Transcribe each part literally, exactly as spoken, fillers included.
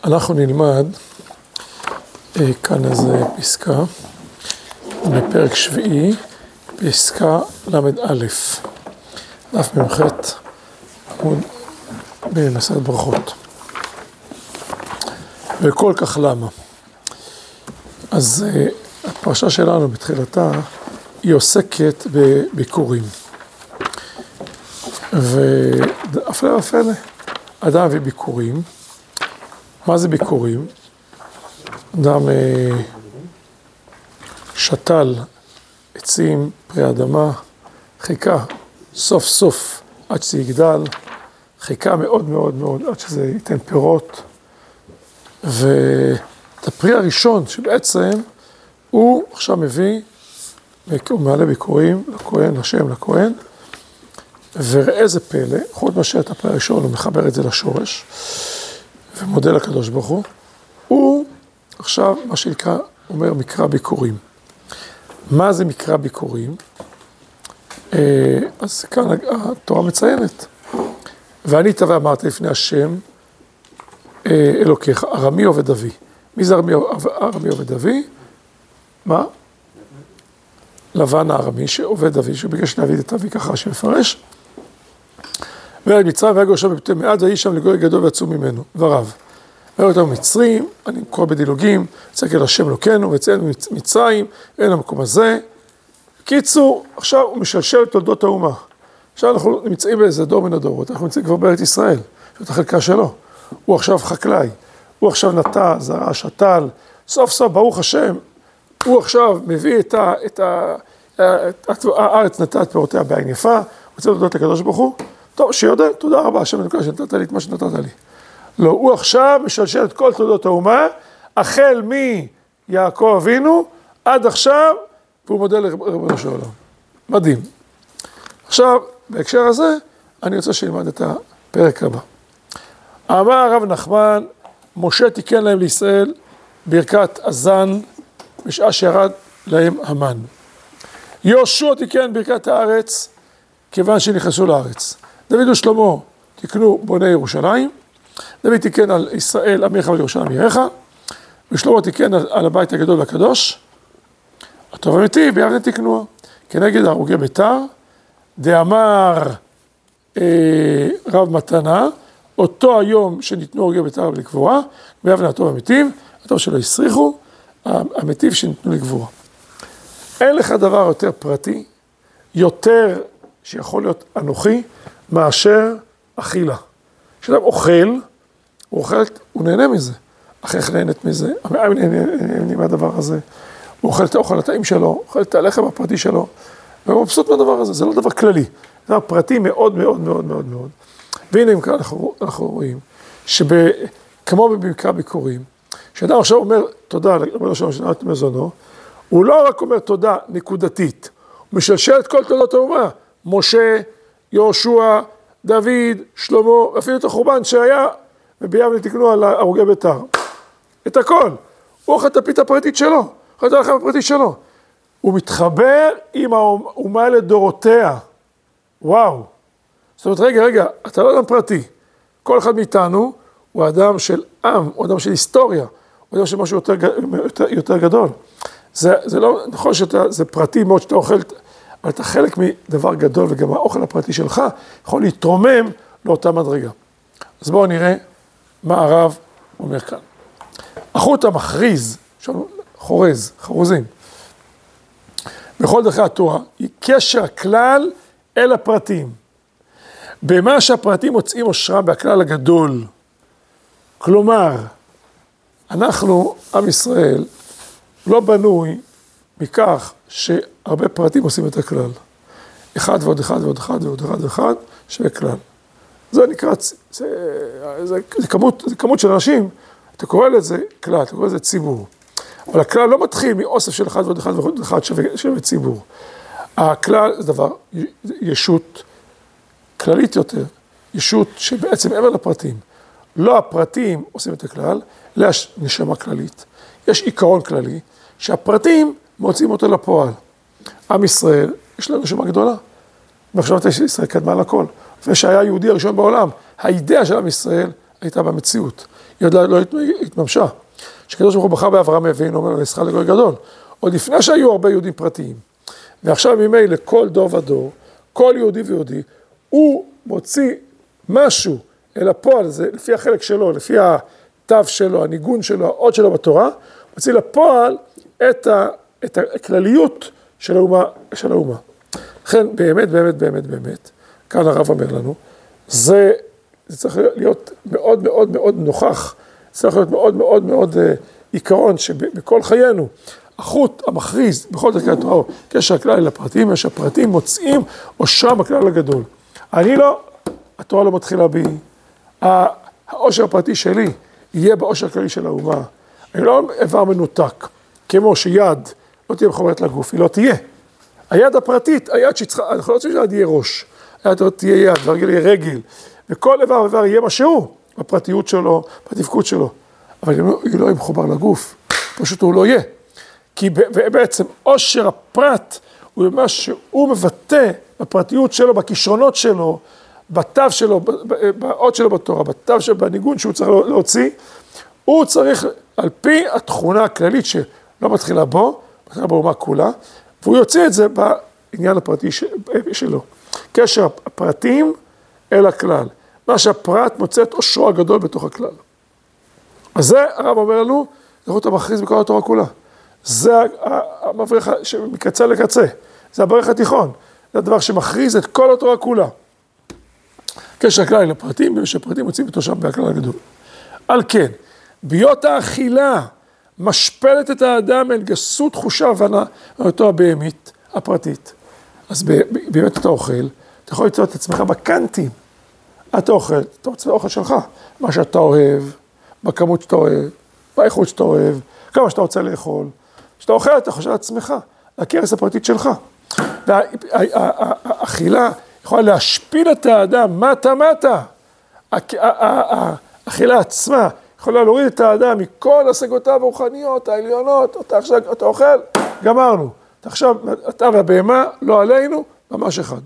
אנחנו נלמד אה, כאן איזה פסקה, בפרק שביעי, פסקה למד א', דף ממ"ח, עמוד במסכת ברכות. וכל כך למה? אז אה, הפרשה שלנו בתחילתה היא עוסקת בביקורים. והפלא ופלא, אדם מביא ביקורים. מה זה ביקורים? אדם אה, שתל עצים, פרי אדמה, חיכה סוף סוף עד שזה יגדל, חיכה מאוד מאוד מאוד עד שזה ייתן פירות, ואת הפרי הראשון שבעצם הוא עכשיו מביא, הוא מעלה ביקורים לכהן, השם לכהן, וראה איזה פלא, חוץ מאשר את הפרי הראשון, הוא מחבר את זה לשורש, ומודה לקדוש ברוך הוא, הוא עכשיו מה שנקרא, אומר מקרא ביקורים. מה זה מקרא ביקורים? אז כאן התורה מציינת. ואני תבע אמרתי לפני השם, אלוקיך, ארמי עובד אבי. מי זה ארמי, ארמי עובד אבי? מה? לבן הארמי שעובד אבי, שהוא ביקש להביא את אבי ככה שמפרש. וירד מצרים ויגור שם בפתי מעט, ויהי שם לגוי גדול ועצום ממנו, ורב. וירד אותם מצרים, אני קורא בדילוגים, צעק אל השם אלוקינו, ויצאנו מצרים, אין המקום הזה. קיצור, עכשיו הוא משלשל את תולדות האומה. עכשיו אנחנו נמצאים באיזה דור מן הדורות, אנחנו נמצאים כבר בארץ ישראל, זאת החלקה שלו. הוא עכשיו חקלאי, הוא עכשיו נטע, זרע, שתל, סוף סוף, ברוך השם, הוא עכשיו מביא את ה... את ה... את הארץ נטע את פירותיה בעין יפה, הוא רוצה להודות לקדוש ברוך הוא, טוב, שיודע, תודה רבה, השם אלוקיי שנתת לי את מה שנתת לי. לא, הוא עכשיו משלשל את כל תולדות האומה, החל מיעקב אבינו, עד עכשיו, והוא מודה לריבונו של עולם. מדהים. עכשיו, בהקשר הזה, אני רוצה שילמד את הפרק הבא. אמר הרב נחמן, משה תיקן להם לישראל ברכת הזן, בשעה שירד להם המן. יהושע תיקן ברכת הארץ, כיוון שנכנסו לארץ. דוד ושלמה תיקנו בוני ירושלים, דוד תיקן על ישראל עמך וירושלים עירך, ושלמה תיקן על, על הבית הגדול והקדוש, הטוב אמיתי, ביבנה תיקנוה, כנגד הרוגי ביתר, דאמר אה, רב מתנה, אותו היום שניתנו הרוגי ביתר לקבורה, ביבנה הטוב אמיתי, הטוב שלא הסריחו, המטיב שניתנו לקבורה. אין לך דבר יותר פרטי, יותר שיכול להיות אנוכי, מאשר אכילה. כשאדם אוכל, הוא אוכל, הוא נהנה מזה. אחריך נהנית מזה, המעיים נהנים מהדבר הזה. הוא אוכל את האוכל הטעים שלו, אוכל את הלחם הפרטי שלו, והוא מבסוט מהדבר הזה, זה לא דבר כללי. זה דבר פרטי מאוד מאוד מאוד מאוד מאוד. והנה אם כאן אנחנו, אנחנו רואים, שכמו במקרא ביקורים, כשאדם עכשיו אומר תודה לרבנו שלום שנתת מזונו, הוא לא רק אומר תודה נקודתית, הוא משלשל את כל תולדות האומה, משה, יהושע, דוד, שלמה, אפילו את החורבן שהיה, וביבנה תיקנו על הרוגי ביתר. את הכל. הוא אוכל את הפית הפרטית שלו, אוכל את הלחם הפרטית שלו. הוא מתחבר עם האומה לדורותיה. וואו. זאת אומרת, רגע, רגע, אתה לא אדם פרטי. כל אחד מאיתנו הוא אדם של עם, הוא אדם של היסטוריה, הוא אדם של משהו יותר, יותר, יותר גדול. זה, זה לא, נכון שזה פרטי מאוד שאתה אוכל, אבל אתה חלק מדבר גדול, וגם האוכל הפרטי שלך יכול להתרומם לאותה מדרגה. אז בואו נראה מה הרב אומר כאן. החוט המכריז, חורז, חרוזים, בכל דרכי התורה, היא קשר הכלל אל הפרטים. במה שהפרטים מוצאים אושרם בהכלל הגדול. כלומר, אנחנו, עם ישראל, לא בנוי מכך שהרבה פרטים עושים את הכלל. אחד ועוד אחד ועוד אחד ועוד אחד ואחד שווה כלל. זה נקרא, זה, זה, זה, כמות, זה כמות של אנשים, אתה קורא לזה כלל, אתה קורא לזה ציבור. אבל הכלל לא מתחיל מאוסף של אחד ועוד אחד ועוד אחד שווה, שווה ציבור. הכלל זה דבר, ישות כללית יותר, ישות שבעצם מעבר לפרטים. לא הפרטים עושים את הכלל, אלא יש נשמה כללית. יש עיקרון כללי, שהפרטים מוצאים אותו לפועל. עם ישראל, יש לנו נשמה גדולה. ועכשיו ישראל קדמה לכל. לפני שהיה יהודי הראשון בעולם, האידאה של עם ישראל הייתה במציאות. היא עוד לא התממשה. שקדוש ברוך הוא בחר באברהם אבינו, אומר נשכר לגוי גדול, עוד לפני שהיו הרבה יהודים פרטיים. ועכשיו ממילא לכל דור ודור, כל יהודי ויהודי, הוא מוציא משהו אל הפועל, זה לפי החלק שלו, לפי התו שלו, הניגון שלו, האות שלו בתורה, מוציא לפועל את, ה, את הכלליות של האומה, של האומה. לכן באמת, באמת, באמת, באמת, כאן הרב אומר לנו, זה, זה צריך להיות מאוד מאוד מאוד נוכח, זה צריך להיות מאוד מאוד מאוד uh, עיקרון שבכל חיינו, החוט המכריז בכל דרכי התורה, קשר הכלל לפרטים, יש הפרטים מוצאים עושרם הכלל הגדול. אני לא, התורה לא מתחילה בי, העושר הפרטי שלי יהיה בעושר הכללי של האומה. אני לא איבר מנותק, כמו שיד לא תהיה מחוברת לגוף, היא לא תהיה. היד הפרטית, היד שצריכה, אנחנו לא רוצים שיד יהיה ראש, היד תהיה יד, והרגל יהיה רגל, וכל איבר ואיבר יהיה מה שהוא, בפרטיות שלו, בתפקוד שלו. אבל היא לא יהיה מחובר לגוף, פשוט הוא לא יהיה. כי בעצם עושר הפרט הוא מה שהוא מבטא בפרטיות שלו, בכישרונות שלו, בתו שלו, באות שלו בתורה, בתו שלו, בניגון שהוא צריך להוציא, הוא צריך, על פי התכונה הכללית שלא מתחילה בו, מתחילה באומה כולה, והוא יוציא את זה בעניין הפרטי שלו. קשר הפרטים אל הכלל. מה שהפרט מוצא את עושרו הגדול בתוך הכלל. אז זה הרב אומר לנו, זה הוא המכריז בכל התורה כולה. זה המבריך שמקצה לקצה. זה הברך התיכון. זה הדבר שמכריז את כל התורה כולה. קשר הכלל לפרטים, ושפרטים מוצאים בתושם בהכלל הגדול. על כן, ביות האכילה משפלת את האדם אל גסות תחושה והנאותו הבהמית, הפרטית. אז באמת אתה אוכל, אתה יכול למצוא את עצמך בקנטים. אתה אוכל, אתה רוצה לאוכל שלך, מה שאתה אוהב, בכמות שאתה אוהב, באיכות שאתה אוהב, כמה שאתה רוצה לאכול. כשאתה אוכל, אתה חושב על עצמך, לכרס הפרטית שלך. והאכילה יכולה להשפיל את האדם, מטה מטה. האכילה עצמה יכולה להוריד את האדם מכל השגותיו הרוחניות, העליונות, אתה עכשיו, אתה אוכל, גמרנו. אתה עכשיו, אתה והבהמה, לא עלינו, ממש אחד.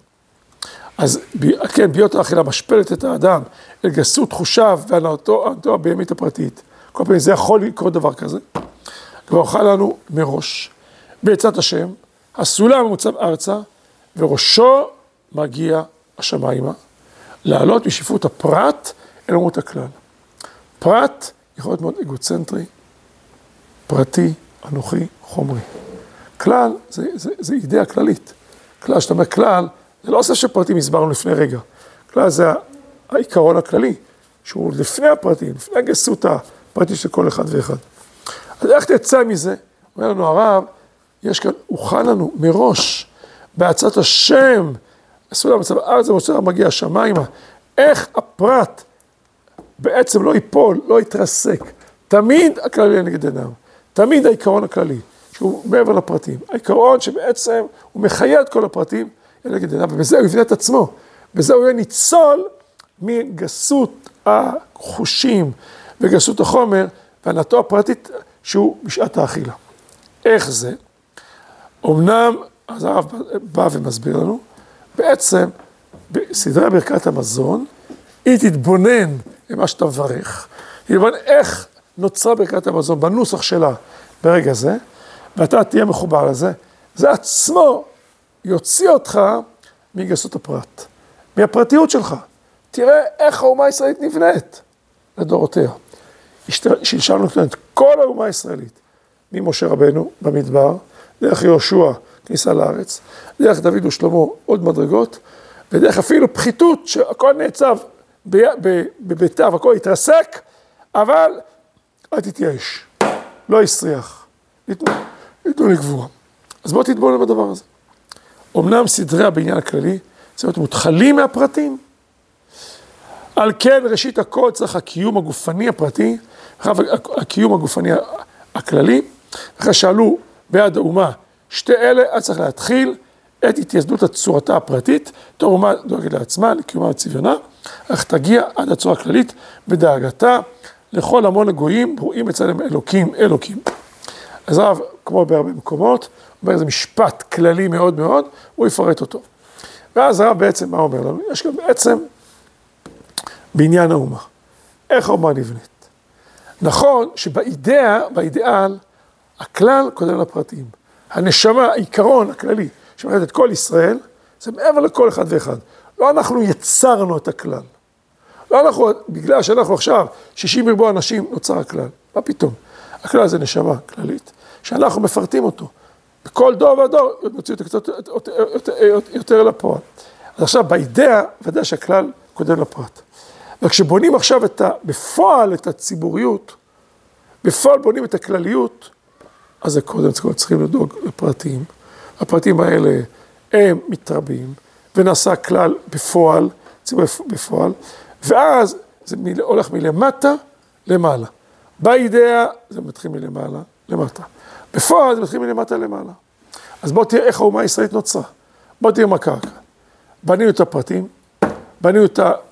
אז כן, ביות האכילה משפלת את האדם, אל גסות תחושיו והנאותו הבהמית הפרטית. כל פעמים זה יכול לקרות דבר כזה. כבר אוכל לנו מראש, בעצת השם, הסולם מוצב ארצה, וראשו מגיע השמיימה, לעלות משפלות הפרט אל אומות הכלל. פרט יכול להיות מאוד אגוצנטרי, פרטי, אנוכי, חומרי. כלל זה, זה, זה אידאה כללית. כלל, שאתה אומר כלל, זה לא עושה שפרטים הסברנו לפני רגע. כלל זה העיקרון הכללי, שהוא לפני הפרטים, לפני הגסות הפרטית של כל אחד ואחד. אז איך תצא מזה? אומר לנו הרב, יש כאן, הוכן לנו מראש, בעצת השם, הסולם מצב הארץ המוצר מגיע השמיימה, איך הפרט בעצם לא ייפול, לא יתרסק. תמיד הכללי נגד עיניו, תמיד העיקרון הכללי, שהוא מעבר לפרטים. העיקרון שבעצם הוא מחיה את כל הפרטים, נגד עיניו, ובזה הוא יבנה את עצמו. בזה הוא יהיה ניצול מגסות החושים וגסות החומר, והנאתו הפרטית שהוא בשעת האכילה. איך זה? אמנם, אז הרב בא ומסביר לנו, בעצם בסדרי ברכת המזון, היא תתבונן במה שאתה מברך, תתבונן איך נוצרה ברכת המזון בנוסח שלה ברגע זה, ואתה תהיה מחובר לזה, זה עצמו יוציא אותך מגסות הפרט, מהפרטיות שלך. תראה איך האומה הישראלית נבנית לדורותיה. שלשלנו את כל האומה הישראלית, ממשה רבנו במדבר, דרך יהושע כניסה לארץ, דרך דוד ושלמה עוד מדרגות, ודרך אפילו פחיתות שהכל נעצב בביתיו, הכל התרסק, אבל אל תתייאש, לא יסריח, ייתנו לגבורה. אז בוא תתבונן בדבר הזה. אמנם סדרי הבניין הכללי, צריך להיות מותחלים מהפרטים, על כן ראשית הכל צריך הקיום הגופני הפרטי, הקיום הגופני הכללי, אחרי שעלו ביד האומה שתי אלה, אז צריך להתחיל את התייסדות הצורתה הפרטית, תור אומה דואגת לעצמה, לקיומה וצביונה, אך תגיע עד הצורה הכללית בדאגתה לכל המון הגויים, רואים אצלם אלוקים, אלוקים. אז הרב, כמו בהרבה מקומות, אומר איזה משפט כללי מאוד מאוד, הוא יפרט אותו. ואז הרב בעצם, מה אומר לנו? יש גם בעצם בעניין האומה. איך האומה נבנית? נכון שבאידאה, באידאל, הכלל קודם לפרטים. הנשמה, העיקרון הכללי, שמחייבת את כל ישראל, זה מעבר לכל אחד ואחד. לא אנחנו יצרנו את הכלל. לא אנחנו, בגלל שאנחנו עכשיו, שישים ריבוע אנשים נוצר הכלל. מה פתאום? הכלל זה נשמה כללית, שאנחנו מפרטים אותו. בכל דור ודור, נוציא אותו קצת יותר לפועל. אז עכשיו, באידאה, ודאי שהכלל קודם לפרט. וכשבונים עכשיו את ה, בפועל את הציבוריות, בפועל בונים את הכלליות, אז זה קודם צריכים לדאוג לפרטים. הפרטים האלה הם מתרבים, ונעשה כלל בפועל, ציבור בפועל, ואז זה מ, הולך מלמטה למעלה. באידאה זה מתחיל מלמעלה למטה. בפועל זה מתחיל מלמטה למעלה. אז בואו תראה איך האומה הישראלית נוצרה. בואו תראה מה קרה כאן. בנינו את הפרטים, בנינו את ה...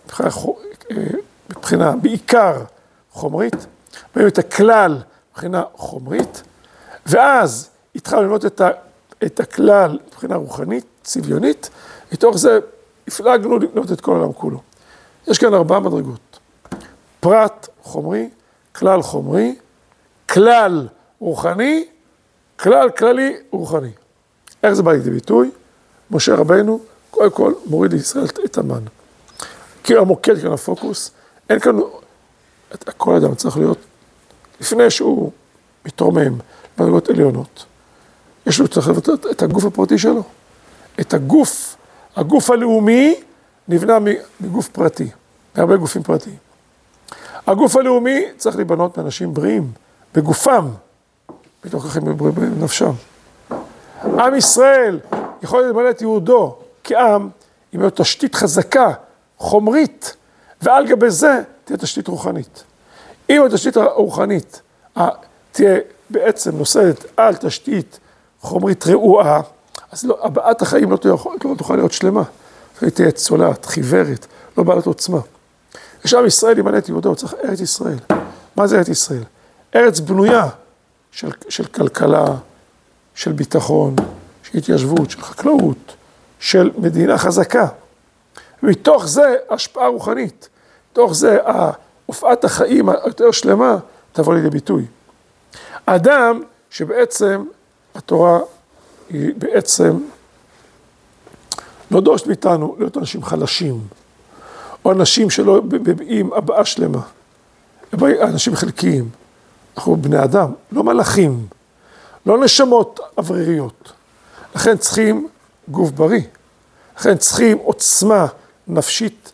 מבחינה בעיקר חומרית, בנינו את הכלל מבחינה חומרית, ואז התחלנו ללמוד את, ה... את הכלל מבחינה רוחנית, צביונית, מתוך זה הפלגנו לבנות את כל העולם כולו. יש כאן ארבעה מדרגות. פרט חומרי, כלל חומרי, כלל רוחני, כלל כללי רוחני. איך זה בא לידי ביטוי? משה רבנו, קודם כל מוריד לישראל את המן. כי המוקד כאן הפוקוס, אין כאן, כל אדם צריך להיות, לפני שהוא מתרומם מדרגות עליונות, יש לו צריך לבטא את הגוף הפרטי שלו. את הגוף, הגוף הלאומי נבנה מגוף פרטי, מהרבה גופים פרטיים. הגוף הלאומי צריך להיבנות מאנשים בריאים, בגופם, מתוך כך הם בריאים בנפשם. עם ישראל יכול למלא את יהודו כעם, עם תשתית חזקה, חומרית, ועל גבי זה תהיה תשתית רוחנית. אם התשתית הרוחנית תהיה בעצם נוסדת על תשתית חומרית רעועה, אז לא, הבעת החיים לא תוכל, לא תוכל להיות שלמה. היא תהיה צולעת, חיוורת, לא בעלת עוצמה. עכשיו ישראל ימלא את יהודו, צריך ארץ ישראל. מה זה ארץ ישראל? ארץ בנויה של, של כלכלה, של ביטחון, של התיישבות, של חקלאות, של מדינה חזקה. ומתוך זה השפעה רוחנית, מתוך זה הופעת החיים היותר שלמה תבוא לידי ביטוי. אדם שבעצם התורה היא בעצם לא דורשת מאיתנו להיות אנשים חלשים, או אנשים שלא מביעים הבעה שלמה, אנשים חלקיים. אנחנו בני אדם, לא מלאכים, לא נשמות אווריריות. לכן צריכים גוף בריא, לכן צריכים עוצמה נפשית,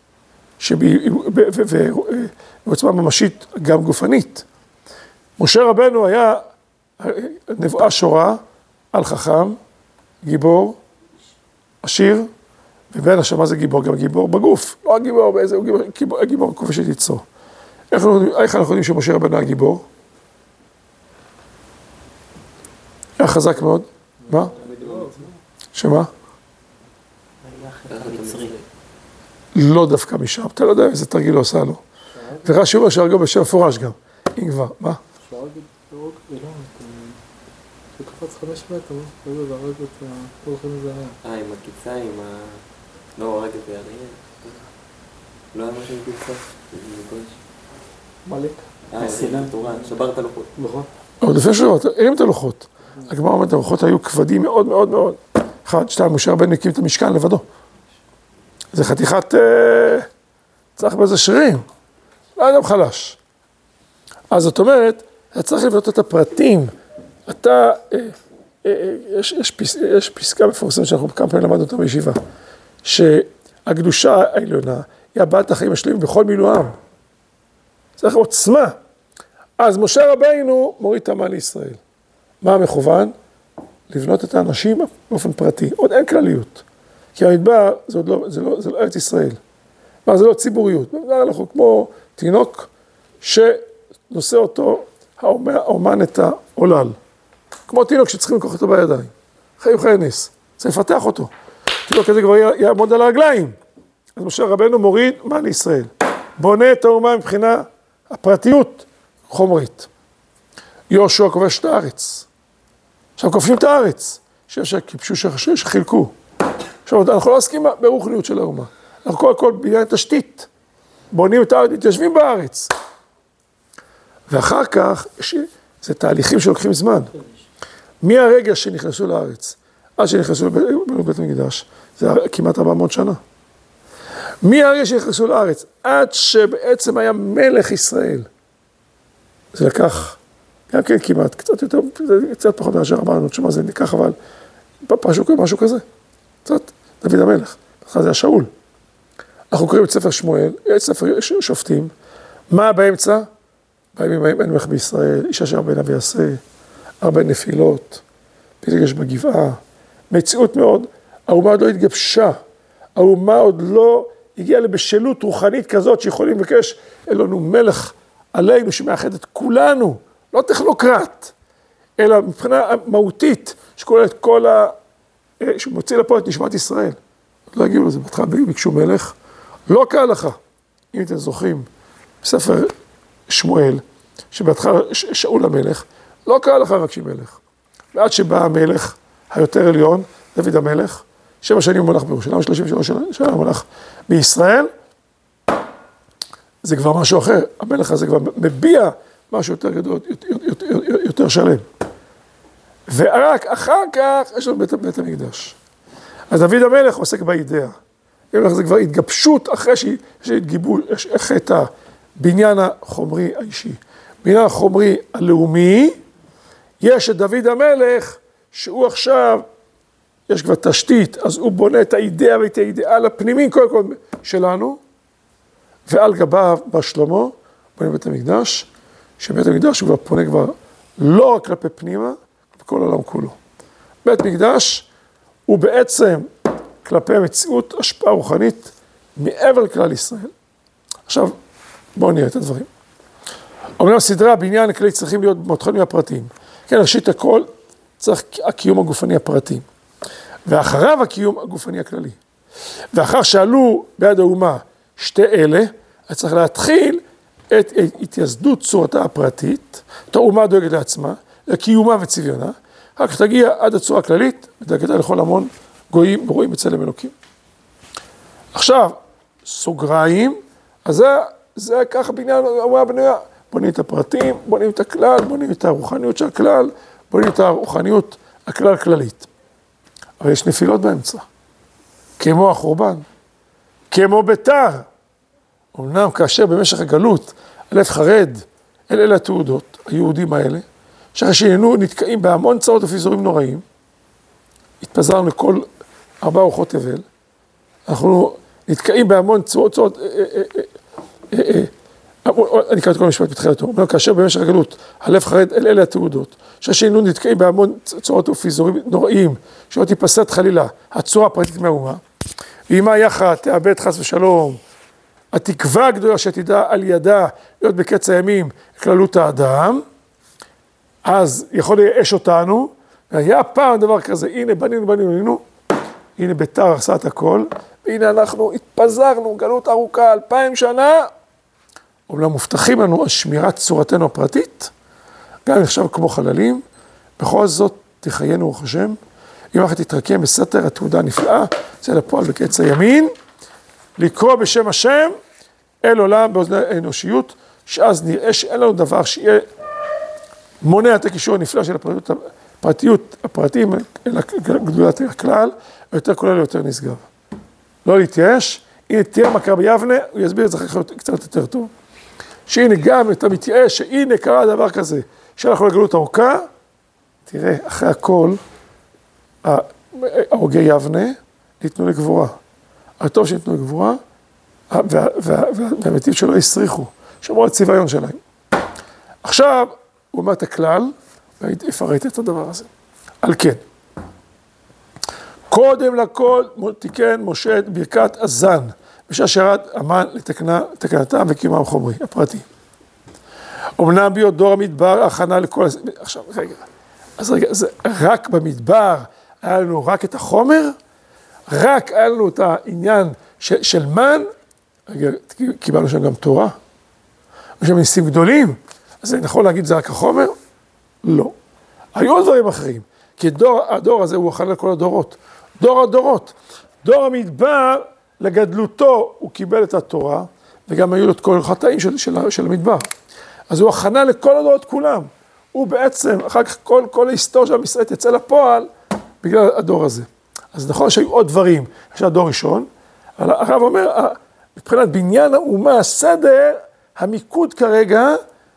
ועוצמה ממשית גם גופנית. משה רבנו היה נבואה שורה על חכם, גיבור, עשיר, ובין השמה זה גיבור, גם גיבור בגוף, לא הגיבור באיזה, הוא גיבור, הגיבור כובש את יצרו. איך אנחנו יודעים שמשה רבנו היה גיבור? היה חזק מאוד. מה? שמה? לא דווקא משם, אתה לא יודע איזה תרגיל לא עושה לו. ורש"י אומר שהרגו בשם מפורש גם, אם כבר, מה? הוא קפץ חמש מטר, והרג את כל חמש זה היה. אה, עם הקיצה, עם ה... לא, הורג את האריה. לא היה משהו עם קיצה, עם מלך. אה, סינן תורה, שבר את הלוחות. נכון. עוד לפני שבוע, הרים את הלוחות. הגמרא אומרת, הלוחות היו כבדים מאוד מאוד מאוד. אחד, שתיים, משה רבנו הקים את המשכן לבדו. זה חתיכת... צריך באיזה שרירים. לא אדם חלש. אז זאת אומרת, אתה צריך לבנות את הפרטים. אתה, יש, יש, פס, יש פסקה מפורסמת שאנחנו כמה פעמים למדנו אותה בישיבה, שהקדושה העליונה היא הבעת החיים השלמים בכל מילואם. צריך עוצמה. אז משה רבינו מוריד את המן לישראל. מה המכוון? לבנות את האנשים באופן פרטי. עוד אין כלליות. כי המדבר זה עוד לא, זה לא, זה לא ארץ ישראל. זה לא ציבוריות. אנחנו כמו תינוק שנושא אותו האומן את העולל. כמו תינוק שצריכים לקוח אותו בידיים. חיי חיי נס. זה יפתח אותו. תינוק כזה כבר יעמוד על הרגליים. אז משה רבנו מוריד מן לישראל. בונה את האומה מבחינה הפרטיות חומרית. יהושע כובש את הארץ. עכשיו כופים את הארץ. שכיבשו שחילקו. עכשיו אנחנו לא עסקים ברוחניות של האומה. אנחנו כל הכל בניין תשתית. בונים את הארץ, מתיישבים בארץ. ואחר כך, זה תהליכים שלוקחים זמן. מהרגע שנכנסו לארץ, עד שנכנסו לבית המקדש, זה כמעט ארבע מאות שנה. מהרגע שנכנסו לארץ, עד שבעצם היה מלך ישראל, זה לקח, גם כן כמעט, קצת יותר, קצת פחות מאשר ארבע מאות שנה, זה ניקח אבל, משהו, משהו כזה, קצת, דוד המלך, אחרי זה השאול. אנחנו קוראים את ספר שמואל, את ספר שופטים, מה באמצע? בימים ההם אין מלך בישראל, איש אשר בן אבי יעשה, הרבה נפילות, פילגש בגבעה, מציאות מאוד, האומה עוד לא התגבשה, האומה עוד לא הגיעה לבשלות רוחנית כזאת שיכולים לבקש, אין לנו מלך עלינו שמאחד את כולנו, לא טכנוקרט, אלא מבחינה מהותית, שכולל את כל ה... שמוציא לפה את נשמת ישראל. לא הגיעו לזה, בהתחלה ביקשו מלך, לא כהלכה, אם אתם זוכרים, בספר שמואל, שבהתחלה שאול המלך, לא כהלכה רק מלך. ועד שבא המלך היותר עליון, דוד המלך, שבע שנים הוא מלך בירושלים, שלושים ושלוש שנה הוא מלך בישראל, זה כבר משהו אחר, המלך הזה כבר מביע משהו יותר גדול, יותר, יותר, יותר שלם. ורק אחר כך יש לנו בית, בית המקדש. אז דוד המלך עוסק באידאה. זה כבר התגבשות אחרי שהתגיבו, אחרי את הבניין החומרי האישי. בניין החומרי הלאומי, יש את דוד המלך, שהוא עכשיו, יש כבר תשתית, אז הוא בונה את האידאה ואת האידאל הפנימי, קודם כל שלנו, ועל גביו בשלמה, בונה בית המקדש, שבית המקדש הוא כבר פונה כבר לא רק כלפי פנימה, בכל העולם כולו. בית מקדש הוא בעצם כלפי המציאות, השפעה רוחנית, מעבר לכלל ישראל. עכשיו, בואו נראה את הדברים. אומנם סדרי הבניין הכללי צריכים להיות מתחילים מהפרטים. כן, ראשית הכל צריך הקיום הגופני הפרטי. ואחריו הקיום הגופני הכללי. ואחר שעלו ביד האומה שתי אלה, אז צריך להתחיל את התייסדות צורתה הפרטית, את האומה דואגת לעצמה, לקיומה וצביונה, רק שתגיע עד הצורה הכללית, ודאגתה לכל המון גויים רואים בצלם אלוקים. עכשיו, סוגריים, אז זה, זה ככה בניין האומה בנויה, בונים את הפרטים, בונים את הכלל, בונים את הרוחניות של הכלל, בונים את הרוחניות הכלל כללית. אבל יש נפילות באמצע, כמו החורבן, כמו ביתר. אמנם כאשר במשך הגלות, הלב חרד, אל אלה התעודות, היהודים האלה, שאחרי שהיינו נתקעים בהמון צרות ופיזורים נוראים, התפזרנו לכל ארבע רוחות תבל, אנחנו נתקעים בהמון צרות, צרות, אני קרא את כל המשפט בתחילתו, אמנם כאשר במשך הגלות, הלב חרד אל אלה התעודות, שאחרי שהיינו נתקעים בהמון צרות ופיזורים נוראים, שלא תיפסד חלילה, הצורה הפרטית מהאומה, ואימה יחד תאבד חס ושלום, התקווה הגדולה שתדע על ידה להיות בקץ הימים כללות האדם, אז יכול לייאש אותנו, והיה פעם דבר כזה, הנה בנינו, בנינו, בנינו, הנה ביתר עשה את הכל, והנה אנחנו התפזרנו, גלות ארוכה, אלפיים שנה, אומנם מובטחים לנו על שמירת צורתנו הפרטית, גם נחשב כמו חללים, בכל זאת תחיינו רוח השם, אם אחת תתרקם בסתר התעודה הנפלאה, זה לפועל בקץ הימין, לקרוא בשם השם אל עולם באוזני האנושיות, שאז נראה שאין לנו דבר שיהיה מונע את הקישור הנפלא של הפרטיות, הפרטיות, הפרטים, אלא גדולת הכלל, יותר כולל יותר נשגב. לא להתייאש, הנה תהיה מכר ביבנה, הוא יסביר את זה אחר קצת יותר טוב. שהנה גם אתה מתייאש, שהנה קרה דבר כזה, שאנחנו לגלות ארוכה, תראה, אחרי הכל, הרוגי יבנה ניתנו לגבורה. הטוב שניתנו לגבורה, והמתים שלא יסריחו, שמרו על צביון שלהם. עכשיו, הוא אומר את הכלל, ויפרט את הדבר הזה. על כן, קודם לכל תיקן משה את ברכת הזן, בשעה שירד המן לתקנתם וקיומם החומרי, הפרטי. אמנם בהיות דור המדבר, הכנה לכל... עכשיו, רגע, אז רגע, זה רק במדבר היה לנו רק את החומר, רק היה לנו את העניין של, של מן, רגע, קיבלנו שם גם תורה, יש שם ניסים גדולים, אז אני יכול להגיד זה רק החומר? לא. היו דברים אחרים, כי דור, הדור הזה הוא הכנה לכל הדורות. דור הדורות. דור המדבר, לגדלותו, הוא קיבל את התורה, וגם היו לו את כל החטאים של, של, של המדבר. אז הוא הכנה לכל הדורות כולם. הוא בעצם, אחר כך כל, כל ההיסטוריה של עם ישראל תצא לפועל בגלל הדור הזה. אז נכון שהיו עוד דברים, יש הדור ראשון, אבל הרב אומר, מבחינת בניין האומה, הסדר, המיקוד כרגע,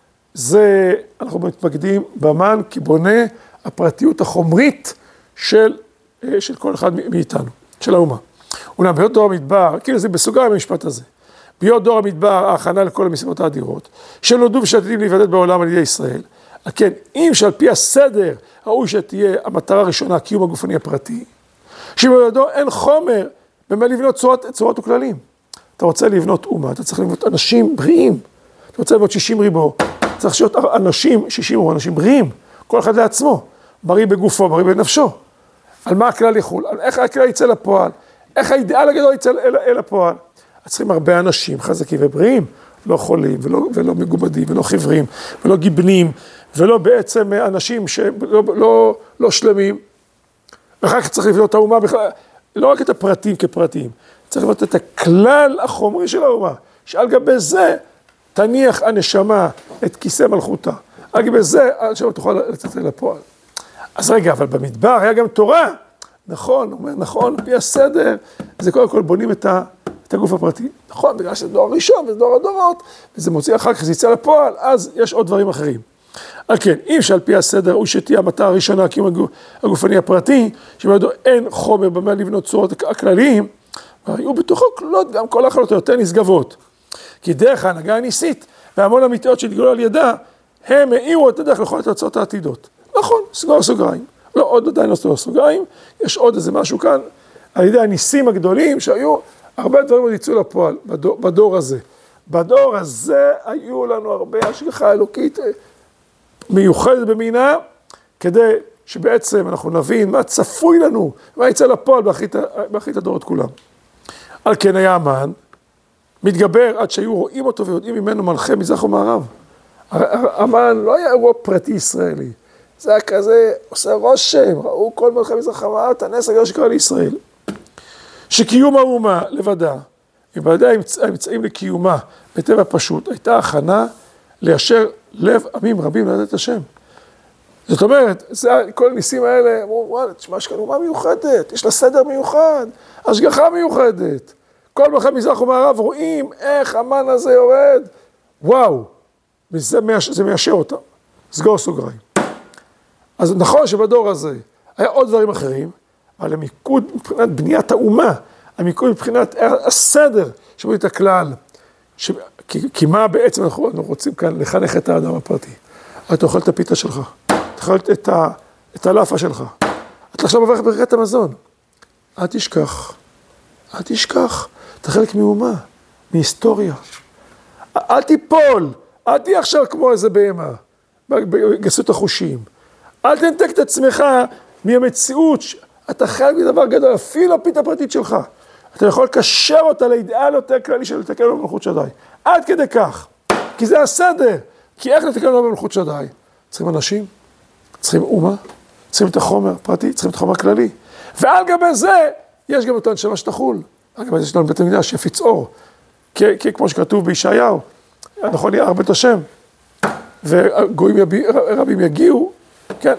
זה, אנחנו מתמקדים במן כבונה הפרטיות החומרית של, של כל אחד מאיתנו, של האומה. אולם בהיות דור המדבר, כאילו זה בסוגריים המשפט הזה, בהיות דור המדבר, ההכנה לכל המשימות האדירות, שנולדו ושעתידים להיוולד בעולם על ידי ישראל, כן, אם שעל פי הסדר, ראוי שתהיה המטרה הראשונה, קיום הגופני הפרטי, שבלידו אין חומר במה לבנות צורות, צורות וכללים. אתה רוצה לבנות אומה, אתה צריך לבנות אנשים בריאים, אתה רוצה לבנות שישים ריבו, צריך להיות אנשים, שישים או אנשים בריאים, כל אחד לעצמו, בריא בגופו, בריא בנפשו. על מה הכלל יחול, על איך הכלל יצא לפועל, איך האידאל הגדול יצא אל, אל הפועל. אז צריכים הרבה אנשים חזקים ובריאים, לא חולים ולא, ולא מגובדים ולא חיוורים ולא גיבנים ולא בעצם אנשים שלא לא, לא שלמים. ואחר כך צריך לבנות את האומה בכלל, לא רק את הפרטים כפרטים, צריך לבנות את הכלל החומרי של האומה, שעל גבי זה תניח הנשמה את כיסא מלכותה. על גבי זה, עד שלא תוכל לצאת אל הפועל. אז רגע, אבל במדבר היה גם תורה. נכון, הוא אומר, נכון, לפי הסדר, זה קודם כל בונים את, ה, את הגוף הפרטי. נכון, בגלל שזה דור ראשון וזה דור הדורות, וזה מוציא אחר כך, זה יצא לפועל, אז יש עוד דברים אחרים. על כן, אם שעל פי הסדר הוא שתהיה המטרה הראשונה, קיום הגוף, הגופני הפרטי, שבעדו אין חומר במה לבנות צורות הכלליים, והיו בתוכו כללות גם כל החלות היותר נשגבות. כי דרך ההנהגה הניסית, והמון אמיתיות שהתגלו על ידה, הם העירו את הדרך לכל התוצאות העתידות. נכון, סגור סוגריים. לא, עוד עדיין לא סגור סוגריים, יש עוד איזה משהו כאן, על ידי הניסים הגדולים שהיו, הרבה דברים עוד יצאו לפועל בדור, בדור הזה. בדור הזה היו לנו הרבה השגחה אלוקית מיוחדת במינה, כדי שבעצם אנחנו נבין מה צפוי לנו, מה יצא לפועל באחרית הדורות כולם. על כן היה המן, מתגבר עד שהיו רואים אותו ויודעים ממנו מלכי מזרח ומערב. המן לא היה אירוע פרטי ישראלי, זה היה כזה, עושה רושם, ראו כל מלכי מזרח ומערב, את הנס הגדול שקרה לישראל. שקיום האומה לבדה, ובעדי האמצעים לקיומה בטבע פשוט, הייתה הכנה ליישר לב עמים רבים לדעת את השם. זאת אומרת, זה, כל הניסים האלה, אמרו, וואלה, תשמע, יש כאן אומה מיוחדת, יש לה סדר מיוחד, השגחה מיוחדת. כל מלכי מזרח ומערב רואים איך המן הזה יורד, וואו, וזה מיישר, זה מיישר אותם. סגור סוגריים. אז נכון שבדור הזה היה עוד דברים אחרים, אבל המיקוד מבחינת בניית האומה, המיקוד מבחינת הסדר שבו את הכלל, ש... כי, כי מה בעצם אנחנו רוצים כאן לחנך את האדם הפרטי? אתה אוכל את הפיתה שלך, אתה אוכל את, ה... את הלאפה שלך, אתה עכשיו מברך ברכת המזון, אל תשכח, אל תשכח, אתה חלק מאומה, מהיסטוריה, אל תיפול, אל תהיה עכשיו כמו איזה בהמה, בגסות החושים, אל תנתק את עצמך מהמציאות, אתה חלק מדבר גדול, אפילו הפיתה הפרטית שלך, אתה יכול לקשר אותה לאידאל יותר כללי של לתקן לו במלכות שדי, עד כדי כך, כי זה הסדר, כי איך לתקן לו במלכות שדי? צריכים אנשים, צריכים אומה, צריכים את החומר הפרטי, צריכים את החומר הכללי, ועל גבי זה יש גם את הנשמה שתחול, על גבי זה יש לנו בית המקדש שיפיץ אור, כי, כי כמו שכתוב בישעיהו, נכון יהיה בית השם, וגויים רבים יגיעו, כן,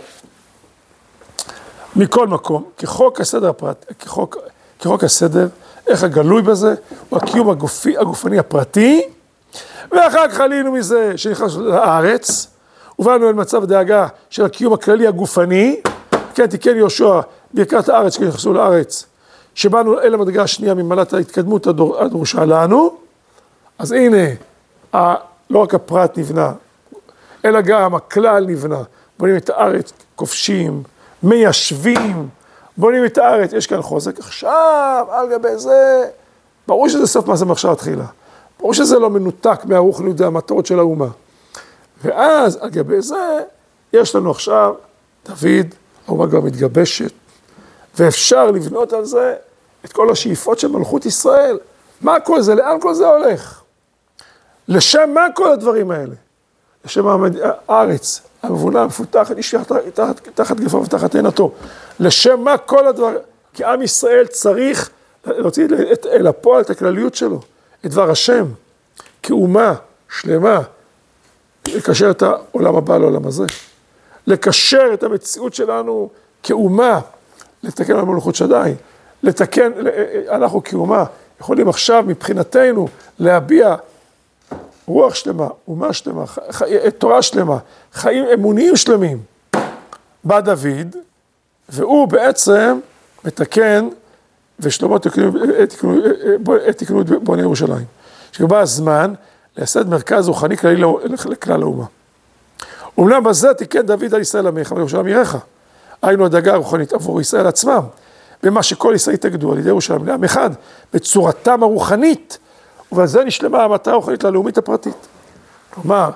מכל מקום, כחוק הסדר הפרט, כחוק, כחוק הסדר, איך הגלוי בזה, הוא הקיום הגופי, הגופני הפרטי, ואחר כך עלינו מזה שנכנס לארץ, ובאנו אל מצב הדאגה של הקיום הכללי הגופני, כן, תיקן יהושע ברכת הארץ כשנכנסו לארץ, שבאנו אל המדרגה השנייה ממעלת ההתקדמות הדור, הדרושה לנו, אז הנה, ה, לא רק הפרט נבנה, אלא גם הכלל נבנה, בונים את הארץ, כובשים, מיישבים, בונים את הארץ, יש כאן חוזק, עכשיו, על גבי זה, ברור שזה סוף מעשה מחשבה תחילה, ברור שזה לא מנותק מהרוח לימודי המטרות של האומה, ואז על גבי זה, יש לנו עכשיו, דוד, האומה כבר מתגבשת, ואפשר לבנות על זה את כל השאיפות של מלכות ישראל, מה כל זה, לאן כל זה הולך? לשם מה כל הדברים האלה? לשם הארץ, המבונה, המפותחת, איש תחת, תחת גפה ותחת עינתו. לשם מה כל הדבר, כי עם ישראל צריך להוציא אל הפועל את הכלליות שלו, את דבר השם, כאומה שלמה, לקשר את העולם הבא לעולם הזה. לקשר את המציאות שלנו כאומה, לתקן על מלכות שדי, לתקן, אנחנו כאומה, יכולים עכשיו מבחינתנו להביע רוח שלמה, אומה שלמה, תורה שלמה, חיים אמוניים שלמים. בא דוד, והוא בעצם מתקן, ושלמה תקנו את בוני ירושלים. שבא הזמן לייסד מרכז רוחני כללי לכלל האומה. אומנם בזה תיקן דוד על ישראל עמך וירושלים עירך. היינו הדאגה הרוחנית עבור ישראל עצמם, במה שכל ישראל התאגדו על ידי ירושלים לעם אחד, בצורתם הרוחנית, ועל זה נשלמה המטרה הרוחנית ללאומית הפרטית. כלומר,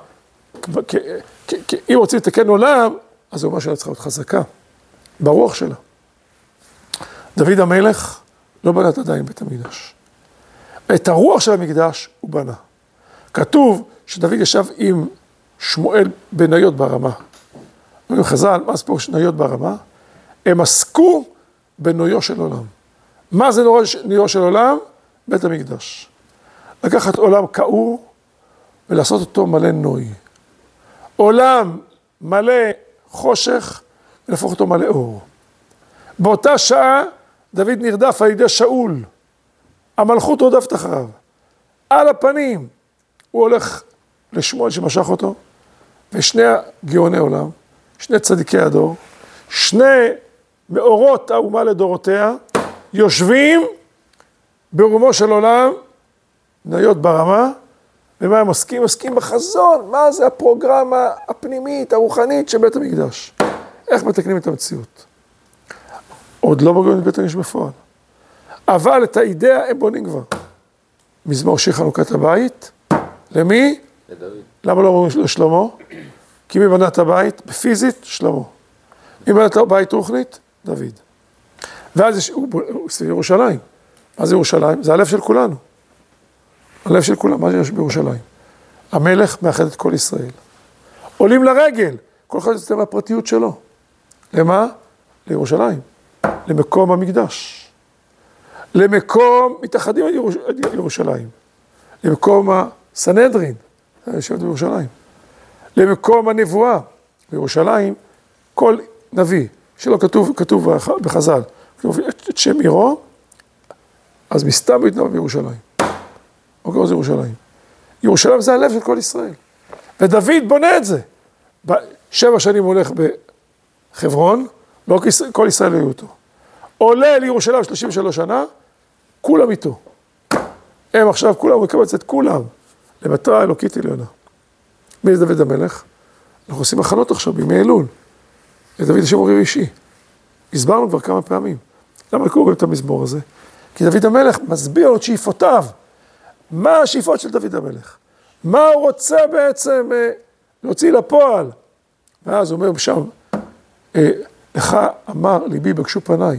אם רוצים לתקן עולם, אז האומה שלה צריכה להיות חזקה, ברוח שלה. דוד המלך לא בנה עדיין בית המקדש. את הרוח של המקדש הוא בנה. כתוב שדוד ישב עם שמואל בניות ברמה. אומרים חז"ל, מה הסיפור של ניות ברמה? הם עסקו בנויו של עולם. מה זה נויו של עולם? בית המקדש. לקחת עולם כאור ולעשות אותו מלא נוי. עולם מלא חושך ולהפוך אותו מלא אור. באותה שעה דוד נרדף על ידי שאול. המלכות רודפת אחריו. על הפנים הוא הולך לשמואל שמשך אותו, ושני גאוני עולם, שני צדיקי הדור, שני מאורות האומה לדורותיה, יושבים ברומו של עולם, ניות ברמה, ומה הם עוסקים? עוסקים בחזון, מה זה הפרוגרמה הפנימית, הרוחנית של בית המקדש. איך מתקנים את המציאות? עוד לא בגלל בית המקדש בפועל. אבל את האידאה הם בונים כבר. מזמור שיר חנוכת הבית, למי? לדוד. למה לא אומרים לשלמה? כי מי בנה את הבית? בפיזית, שלמה. מי בנה את הבית רוחנית? דוד. ואז יש, הוא, הוא סביב ירושלים. מה זה ירושלים? זה הלב של כולנו. הלב של כולם, מה יש בירושלים? המלך מאחד את כל ישראל. עולים לרגל, כל אחד יוצא מהפרטיות שלו. למה? לירושלים. למקום המקדש. למקום, מתאחדים על ירוש... ירושלים. למקום הסנהדרין, זה יושבת בירושלים. למקום הנבואה, בירושלים, כל נביא, שלא כתוב, כתוב בחז"ל, כתוב את שם עירו, אז מסתם הוא יתנבא בירושלים. או קורא זה ירושלים. ירושלים זה הלב של כל ישראל. ודוד בונה את זה. שבע שנים הוא הולך בחברון, לא כל ישראל היו אותו. עולה לירושלים שלושים ושלוש שנה, כולם איתו. הם עכשיו כולם, הוא יקבץ את כולם, למטרה אלוקית עליונה. מי זה דוד המלך? אנחנו עושים הכנות עכשיו בימי אלול. לדוד השם אורי אישי. הסברנו כבר כמה פעמים. למה קוראים את המזמור הזה? כי דוד המלך מסביר לו את שאיפותיו. מה השאיפות של דוד המלך? מה הוא רוצה בעצם אה, להוציא לפועל? ואז הוא אומר שם, אה, לך אמר ליבי בקשו פניי.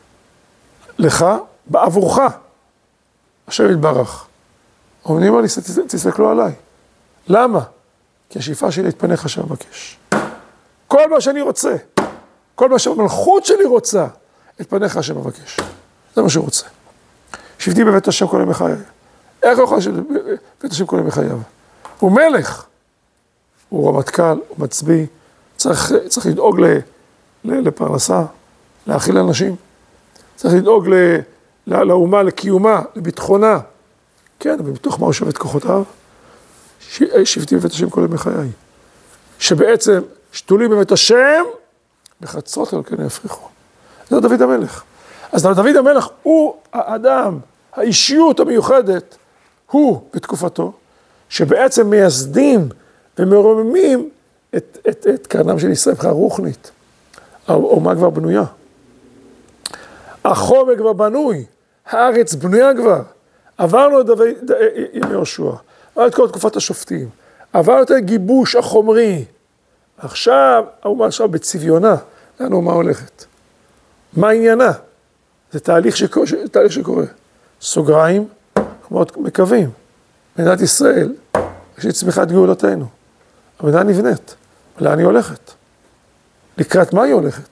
לך, בעבורך, השם יתברך. אומרים לי, תסתכלו עליי. למה? כי השאיפה שלי את פניך שמבקש. כל מה שאני רוצה, כל מה שהמלכות שלי רוצה, את פניך השם מבקש. זה מה שהוא רוצה. שבתי בבית השם כל ימי חיי. איך הוא יכול לשבת בבית השם כל ימי חייו? הוא מלך. הוא רמטכ"ל, הוא מצביא. צריך, צריך לדאוג ל, ל, לפרנסה, להאכיל אנשים. צריך לדאוג ל, ל, לאומה, לקיומה, לביטחונה. כן, אבל בתוך מה הוא שווה את כוחותיו? שבתי בבית השם כל ימי חיי. שבעצם שתולים בבית השם, בחצרות אלוקינו יפריחו. זה דוד המלך. אז דוד המלך הוא האדם, האישיות המיוחדת, הוא בתקופתו, שבעצם מייסדים ומרוממים את, את, את קרנם של ישראל מבחינה רוחנית. האומה כבר בנויה. החומר כבר בנוי, הארץ בנויה כבר. עברנו את דוד, ימי יהושע, עברנו את כל תקופת השופטים, עברנו את הגיבוש החומרי. עכשיו, האומה עכשיו בצביונה, לאן האומה הולכת? מה עניינה? זה תהליך שקורה, תהליך שקורה. סוגריים, אנחנו מאוד מקווים. מדינת ישראל, יש לי צמיחת גאולתנו. המדינה נבנית. לאן היא הולכת? לקראת מה היא הולכת?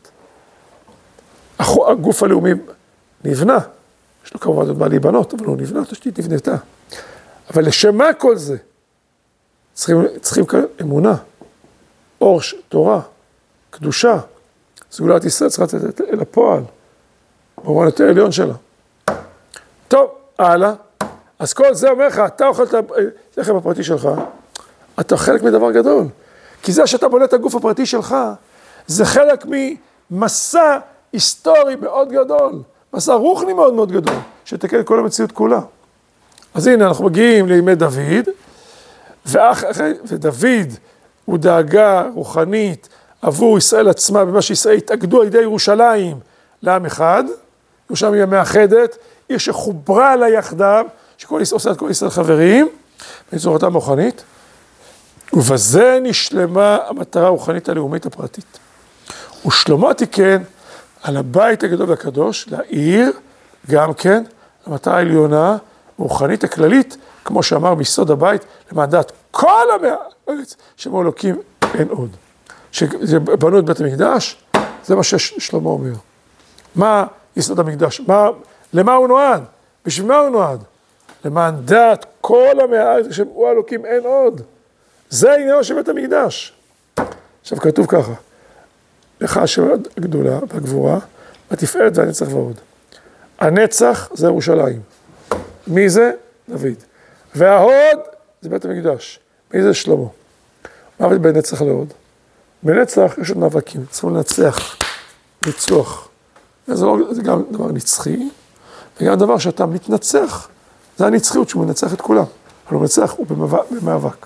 הגוף הלאומי נבנה. יש לו כמובן עוד מה להיבנות, אבל הוא נבנה, תשתית נבנתה. אבל לשם מה כל זה? צריכים, צריכים כאן אמונה, אור, תורה, קדושה, סגולת ישראל צריכה לתת אל הפועל, במובן יותר עליון שלה. טוב, הלאה. אז כל זה אומר לך, אתה אוכל את הלחם הפרטי שלך, אתה חלק מדבר גדול. כי זה שאתה בונה את הגוף הפרטי שלך, זה חלק ממסע היסטורי מאוד גדול, מסע רוחני מאוד מאוד גדול, שתקן את כל המציאות כולה. אז הנה, אנחנו מגיעים לימי דוד, ואח, ודוד הוא דאגה רוחנית עבור ישראל עצמה, במה שישראל התאגדו על ידי ירושלים לעם אחד, ירושלים היא המאחדת, עיר שחוברה לה יחדיו, שכל ישראל עושה את כל ישראל חברים, בצורתם רוחנית, ובזה נשלמה המטרה הרוחנית הלאומית הפרטית. ושלמה תיקן על הבית הגדול והקדוש, לעיר גם כן, למטרה העליונה, רוחנית הכללית, כמו שאמר ביסוד הבית, למען דעת כל עמי הארץ, שמו אלוקים אין עוד. שבנו את בית המקדש, זה מה ששלמה אומר. מה יסוד המקדש? מה, למה הוא נועד? בשביל מה הוא נועד? למען דעת כל עמי הארץ, שמו אלוקים אין עוד. זה העניין של בית המקדש. עכשיו כתוב ככה, לך השם הגדולה והגבורה, התפארת והנצח ועוד. הנצח זה ירושלים. מי זה? דוד. וההוד זה בית המקדש. מי זה? שלמה. מה עובד בין נצח להוד? בנצח יש עוד מאבקים, צריכים לנצח, ניצוח. זה, לא, זה גם דבר נצחי, וגם דבר שאתה מתנצח, זה הנצחיות שהוא מנצח את כולם. אבל הוא מנצח, הוא במאבק. במאבק.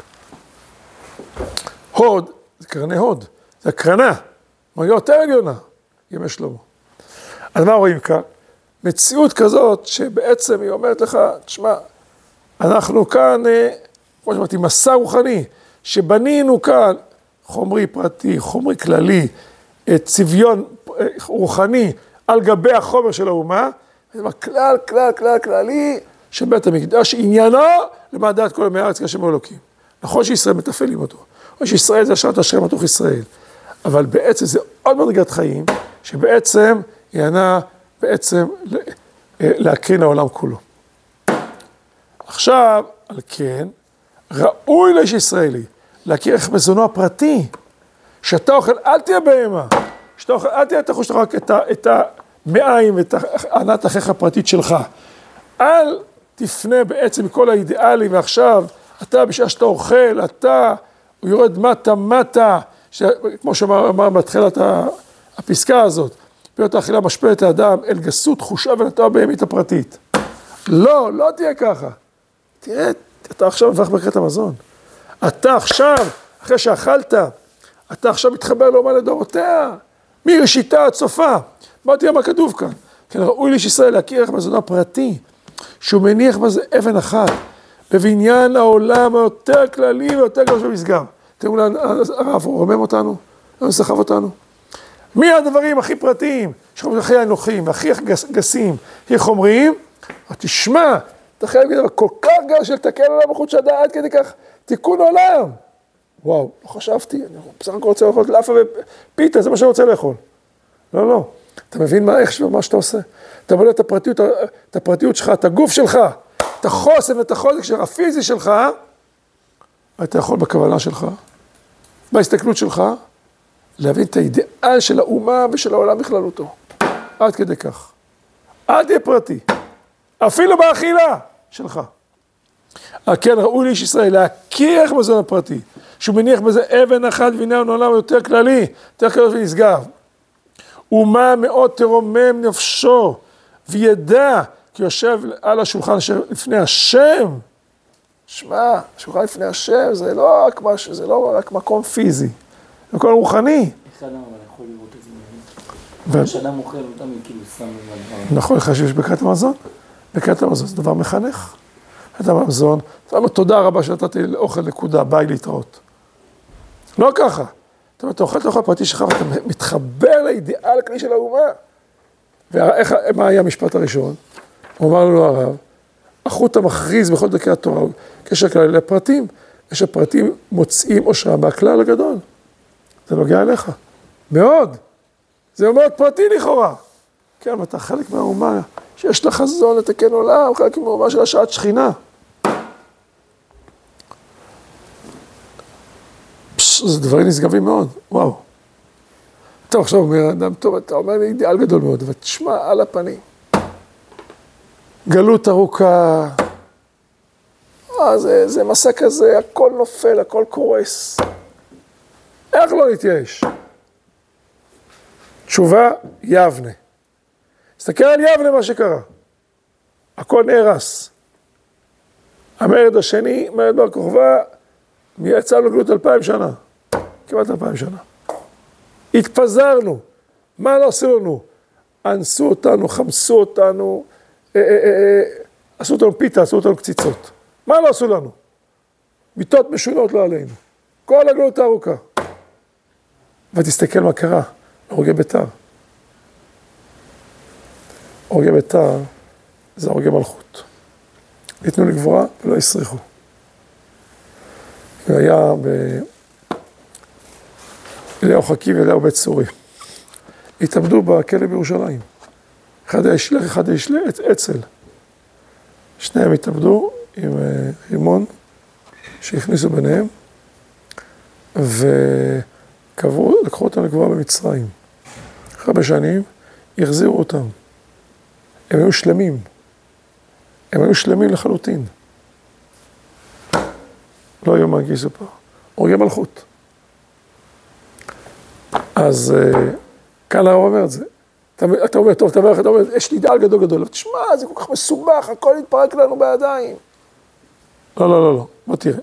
הוד, זה קרני הוד, זה הקרנה, מה יותר עליונה, ימי שלמה. אז מה רואים כאן? מציאות כזאת שבעצם היא אומרת לך, תשמע, אנחנו כאן, כמו שאמרתי, מסע רוחני, שבנינו כאן חומרי פרטי, חומרי כללי, צביון רוחני על גבי החומר של האומה, זה אומר כלל, כלל, כלל, כללי, שבית המקדש עניינו למען דעת כל עמי הארץ כשמו אלוקים. נכון שישראל מתפעלים אותו, או שישראל זה השראת השם מתוך ישראל, אבל בעצם זה עוד מדרגת חיים, שבעצם עניינה בעצם להקרין העולם כולו. עכשיו, על כן, ראוי לאיש ישראלי להכיר איך מזונו הפרטי, שאתה אוכל, אל תהיה בהמה, שאתה אוכל, אל תהיה תחוש רק את, את המעיים ואת ענת אחיך הפרטית שלך. אל תפנה בעצם מכל האידיאלים, ועכשיו אתה בשעה שאתה אוכל, אתה, הוא יורד מטה מטה, כמו שאמר מתחילת הפסקה הזאת, ביות האכילה משפע את האדם אל גסות תחושה ונטוע בהמית הפרטית. לא, לא תהיה ככה. תראה, אתה עכשיו מברך ברכת המזון. אתה עכשיו, אחרי שאכלת, אתה עכשיו מתחבר לאומה לדורותיה, מראשיתה עד סופה. בוא תראה מה כתוב כאן. כן, ראוי לאיש ישראל להכיר איך מזונו הפרטי, שהוא מניח בזה אבן אחת, בבניין העולם היותר כללי ויותר גדול במסגר. תראו לה, הרב רומם אותנו, לא מסחב אותנו. מי הדברים הכי פרטיים, שאנחנו הכי אנוכיים, הכי גסים, הכי חומריים? תשמע, אתה חייב להגיד, אבל כל כך גר של תקן עולם בחוץ שדעה, עד כדי כך תיקון עולם. וואו, לא חשבתי, אני בסך הכל רוצה לאכול לאפה ופיתה, זה מה שאני רוצה לאכול. לא, לא. אתה מבין מה, איך, מה שאתה עושה? אתה בונה את הפרטיות, את הפרטיות שלך, את הגוף שלך, את החוסן ואת החוזק שלך, הפיזי שלך, ואתה יכול בכוונה שלך, בהסתכלות שלך, להבין את האידיאל של האומה ושל העולם בכללותו. עד כדי כך. אל תהיה פרטי. אפילו באכילה שלך. כן, ראוי לאיש ישראל להכיר איך מזון הפרטי, שהוא מניח בזה אבן אחת ועניין העולם יותר כללי, יותר כללי ונשגב. אומה מאוד תרומם נפשו, וידע כי יושב על השולחן לפני השם. שמע, שולחן לפני השם זה לא רק, מש, זה לא רק מקום פיזי, זה מקום רוחני. איך אדם אבל יכול לראות את זה? ו... שאדם אוכל אותם כאילו שם לדבר. נכון, לך שיש ברכת המזון? ברכת המזון זה דבר מחנך. ברכת המזון, תודה רבה שנתתי לאוכל נקודה, ביי להתראות. לא ככה. אתה אומר, אתה אוכל את האוכל הפרטי שלך ואתה מתחבר לאידיאל הכלי של האומה. ומה היה המשפט הראשון? הוא אמר לנו הרב, החוט המכריז בכל דרכי התורה, קשר כלל לפרטים, יש הפרטים מוצאים אושרה מהכלל הגדול. זה נוגע אליך. מאוד. זה מאוד פרטי לכאורה. כן, אתה חלק מהאומה שיש לה חזון לתקן עולם, חלק מהאומה של השעת שכינה. זה דברים נשגבים מאוד, וואו. טוב, עכשיו אומר אדם, טוב, אתה אומר לי אידיאל גדול מאוד, אבל תשמע, על הפנים. גלות ארוכה, אה, זה, זה מסע כזה, הכל נופל, הכל קורס. איך לא נתייאש? תשובה, יבנה. תסתכל על יבנה מה שקרה. הכל נהרס. המרד השני, מרד בר כוכבא, יצאנו גלות אלפיים שנה. כמעט אלפיים שנה. התפזרנו. מה לא עשו לנו? אנסו אותנו, חמסו אותנו, אה, אה, אה, עשו אותנו פיתה, עשו אותנו קציצות. מה לא עשו לנו? מיטות משונות לא עלינו. כל הגלות הארוכה. ותסתכל מה קרה, הרוגי ביתר. הרוגי ביתר זה הרוגי מלכות. ניתנו לגבורה ולא יסריחו. והיה אליהו חכי ואליהו בית צורי. התאבדו בכלא בירושלים. אחד היה שלח, אחד היה שלח, אצל. שניהם התאבדו עם רימון שהכניסו ביניהם, וקבעו, לקחו אותם לגבורה במצרים. אחרי הרבה שנים, החזירו אותם. הם היו שלמים. הם היו שלמים לחלוטין. לא היו מרגיזו פה. הורגי מלכות. אז כאן הרב אומר את זה. אתה, אתה אומר, טוב, אתה אומר, אתה אומר, יש לי אידיאל גדול גדול. תשמע, זה כל כך מסובך, הכל יתפרק לנו בידיים. לא, לא, לא, לא. בוא תראה.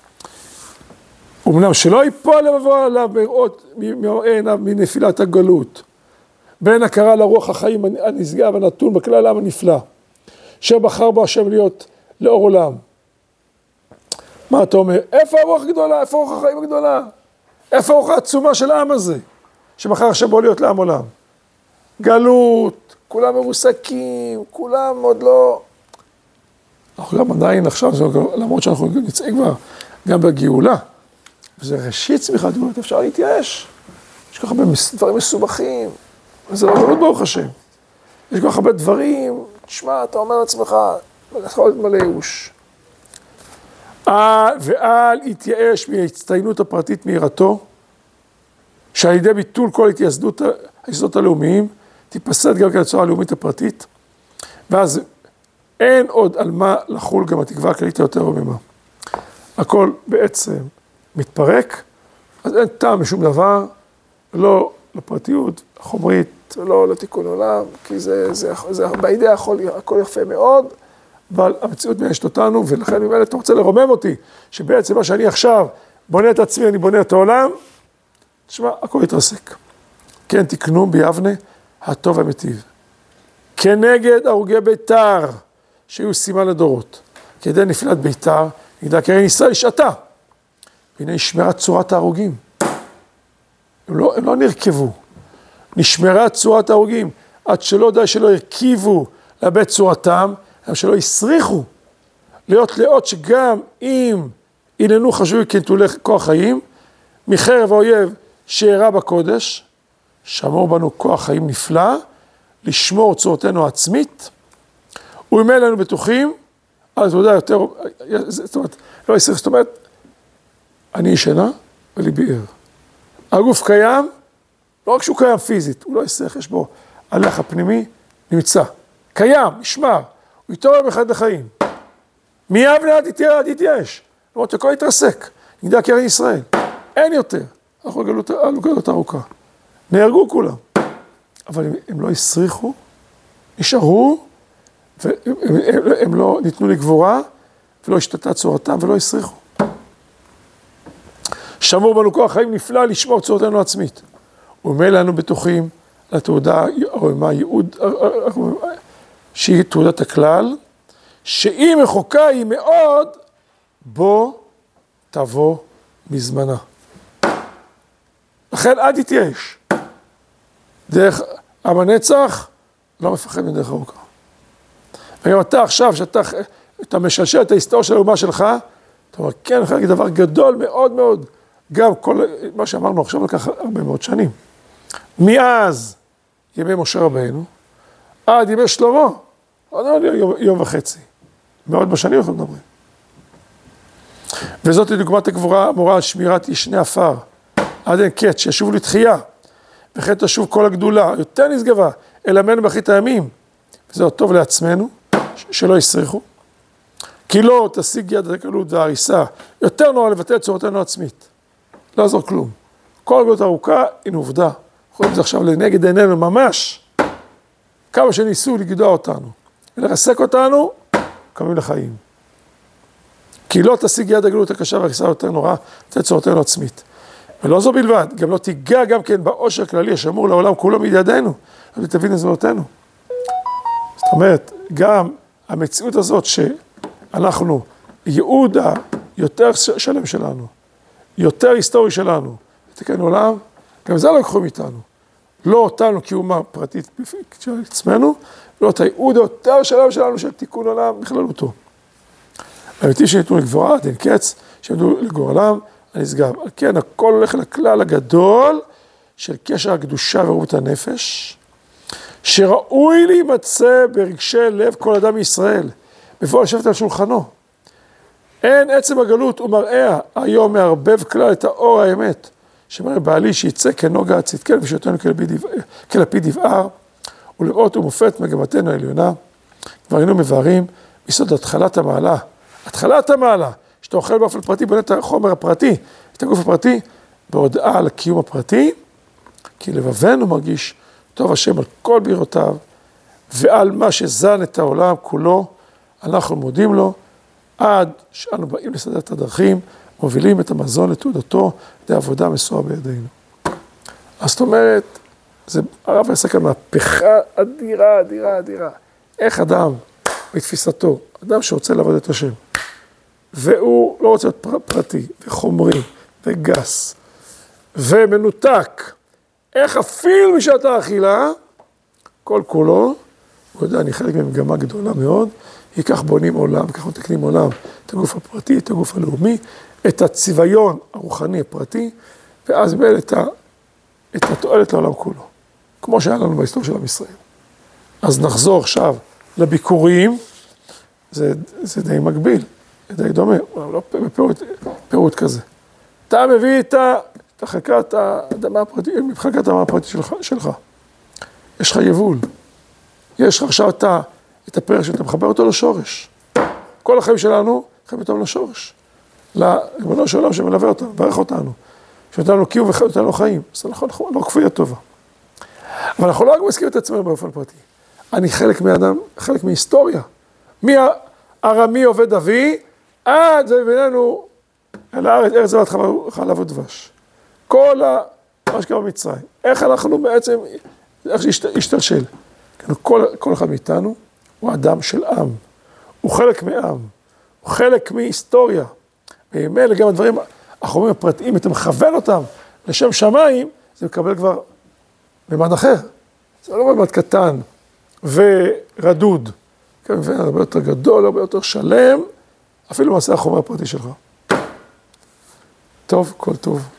אמנם שלא ייפול לבוא עליו מראות מעיניו מנפילת הגלות. בין הכרה לרוח החיים הנשגב הנתון בכלל העם הנפלא. אשר בחר בו השם להיות לאור עולם. מה אתה אומר? איפה הרוח הגדולה? איפה הרוח החיים הגדולה? איפה הרוח העצומה של העם הזה? שבחר השם בו להיות לעם עולם. גלות, כולם מרוסקים, כולם עוד לא... אנחנו גם עדיין עכשיו, למרות שאנחנו נצאים כבר גם בגאולה, וזה ראשית צמיחת גאולה, אפשר להתייאש. יש כל כך הרבה דברים מסובכים, וזה לא גלות ברוך השם. יש כל כך הרבה דברים, תשמע, אתה אומר לעצמך, אתה יכול להיות מלא ייאוש. ואל יתייאש מההצטיינות הפרטית מהירתו, שעל ידי ביטול כל היסודות הלאומיים, תיפסד גם כן הצורה הלאומית הפרטית, ואז אין עוד על מה לחול גם התקווה הכללית היותר רוממה. הכל בעצם מתפרק, אז אין טעם משום דבר, לא לפרטיות החומרית, לא לתיקון עולם, כי זה, זה, זה, בידי הכל, הכל יפה מאוד, אבל המציאות מיישת אותנו, ולכן ממילא אתה רוצה לרומם אותי, שבעצם מה שאני עכשיו בונה את עצמי, אני בונה את העולם, תשמע, הכל יתרסק. כן, תקנו ביבנה הטוב והמיטיב. כנגד הרוגי ביתר, שהיו סימן לדורות, כדי נפילת ביתר, נגדה קרן ישראל השעתה. והנה נשמרה צורת ההרוגים. הם לא, הם לא נרכבו. נשמרה צורת ההרוגים, עד שלא די שלא הרכיבו לבית צורתם, הם שלא יסריחו. להיות לאות שגם אם איננו חשבו כנטולי כוח חיים, מחרב האויב שאירע בקודש, שמור בנו כוח חיים נפלא, לשמור צורתנו העצמית, וממילא לנו בטוחים, אז אתה יודע יותר, זאת אומרת, לא יסריח, זאת אומרת, אני ישנה וליבי ער. הגוף קיים, לא רק שהוא קיים פיזית, הוא לא יסריח, יש בו הלך הפנימי, נמצא. קיים, נשמר, הוא יתעורר באחד לחיים. מיבנה עד יתייאש, למרות שהכל יתרסק, נגדע קרן ישראל. אין יותר, אנחנו גלות ארוכה. נהרגו כולם, אבל הם, הם לא יסריחו, נשארו, והם הם, הם לא ניתנו לגבורה, ולא השתתה צורתם, ולא יסריחו. שמור בנו כוח חיים נפלא לשמור צורתנו עצמית. וממילא לנו בטוחים לתעודה, או מה ייעוד, שהיא תעודת הכלל, שהיא מחוקה היא מאוד, בו תבוא מזמנה. לכן אל תתייאש. דרך עם הנצח לא מפחד מדרך ארוכה. וגם אתה עכשיו, שאתה אתה משלשל את ההיסטוריה של האומה שלך, אתה אומר, כן, אני דבר גדול מאוד מאוד, גם כל מה שאמרנו עכשיו לקח הרבה מאוד שנים. מאז ימי משה רבינו, עד ימי שלמה, עוד יום, יום וחצי. מאוד בשנים אנחנו מדברים. וזאת דוגמת הגבורה המורה על שמירת ישני עפר, עד אין קץ, שישוב לתחייה, וכן תשוב כל הגדולה, יותר נשגבה, אלמנו באחרית הימים, וזה טוב לעצמנו, שלא יסריחו, כי לא תשיג יד הגלות וההריסה, יותר נורא לבטל את צורתנו עצמית, לא יעזור כלום. כל הגלות ארוכה, הנה עובדה, רואים את זה עכשיו לנגד עינינו ממש, כמה שניסו לגדוע אותנו, ולרסק אותנו, קמים לחיים. כי לא תשיג יד הגלות הקשה וההריסה יותר נורא, לתת צורתנו עצמית. ולא זו בלבד, גם לא תיגע גם כן בעושר הכללי השמור לעולם כולו מידינו, אבל תבין את זמנותינו. זאת אומרת, גם המציאות הזאת שאנחנו, ייעוד היותר שלם שלנו, יותר היסטורי שלנו, לתקן עולם, גם זה לא יקחו מאיתנו. לא אותנו כאומה פרטית של עצמנו, ולא את הייעוד היותר שלם שלנו של תיקון עולם בכללותו. האמיתי שניתנו לגבורה, עד אין קץ, שעמדו לגורלם, הנשגב. על כן, הכל הולך לכלל הגדול של קשר הקדושה ורבות הנפש, שראוי להימצא ברגשי לב כל אדם מישראל, בבוא לשבת על שולחנו. אין עצם הגלות ומראיה, היום מערבב כלל את האור האמת, שמראה בעלי שיצא כנוגה הצדקה ושותנו כלפיד יבער, ולראות ומופת מגמתנו העליונה, כבר היינו מבארים מסוד התחלת המעלה. התחלת המעלה, שאתה אוכל באופן פרטי, בונה את החומר הפרטי, את הגוף הפרטי, בהודעה על הקיום הפרטי, כי לבבנו מרגיש טוב השם על כל בירותיו, ועל מה שזן את העולם כולו, אנחנו מודים לו, עד שאנו באים לסדר את הדרכים, מובילים את המזון לתעודתו, די עבודה מסורה בידינו. אז זאת אומרת, זה, הרב יעשה כאן מהפכה אדירה, אדירה, אדירה. איך אדם, בתפיסתו, אדם שרוצה לעבוד את השם, והוא לא רוצה להיות פרטי, וחומרי, וגס, ומנותק, איך אפילו בשעת האכילה, כל כולו, הוא יודע, אני חלק ממגמה גדולה מאוד, היא כך בונים עולם, כך מתקנים עולם, את הגוף הפרטי, את הגוף הלאומי, את הצביון הרוחני הפרטי, ואז בין את, ה, את התועלת לעולם כולו, כמו שהיה לנו בהיסטוריה של עם ישראל. אז נחזור עכשיו לביקורים, זה, זה די מקביל, זה די דומה, לא בפירוט, פירוט כזה. אתה מביא את חלקת האדמה הפרטית, חלקת האדמה הפרטית שלך, שלך. יש לך יבול. יש לך עכשיו את, את הפרק שאתה מחבר אותו לשורש. כל החיים שלנו, חיים אותם לשורש. לריבונו של עולם שמלווה אותנו, ברך אותנו. שנותן לנו קיום ונותן לנו חיים. אז נכון, נכון, לא כפויה טובה. אבל אנחנו לא רק מסכים את עצמנו באופן פרטי. אני חלק מאדם, חלק מהיסטוריה. מהארמי עובד אבי, עד זה בינינו, אל הארץ, ארץ זבת חלב ודבש. כל מה שקרה במצרים. איך אנחנו בעצם, איך שהשתלשל. כל, כל אחד מאיתנו הוא אדם של עם. הוא חלק מעם. הוא חלק מהיסטוריה. ומאלה גם הדברים החומים הפרטיים, אתה מכוון אותם לשם שמיים, זה מקבל כבר במד אחר. זה לא במד קטן ורדוד. כן, הרבה יותר גדול, הרבה יותר שלם, אפילו מעשה החומר הפרטי שלך. טוב, כל טוב.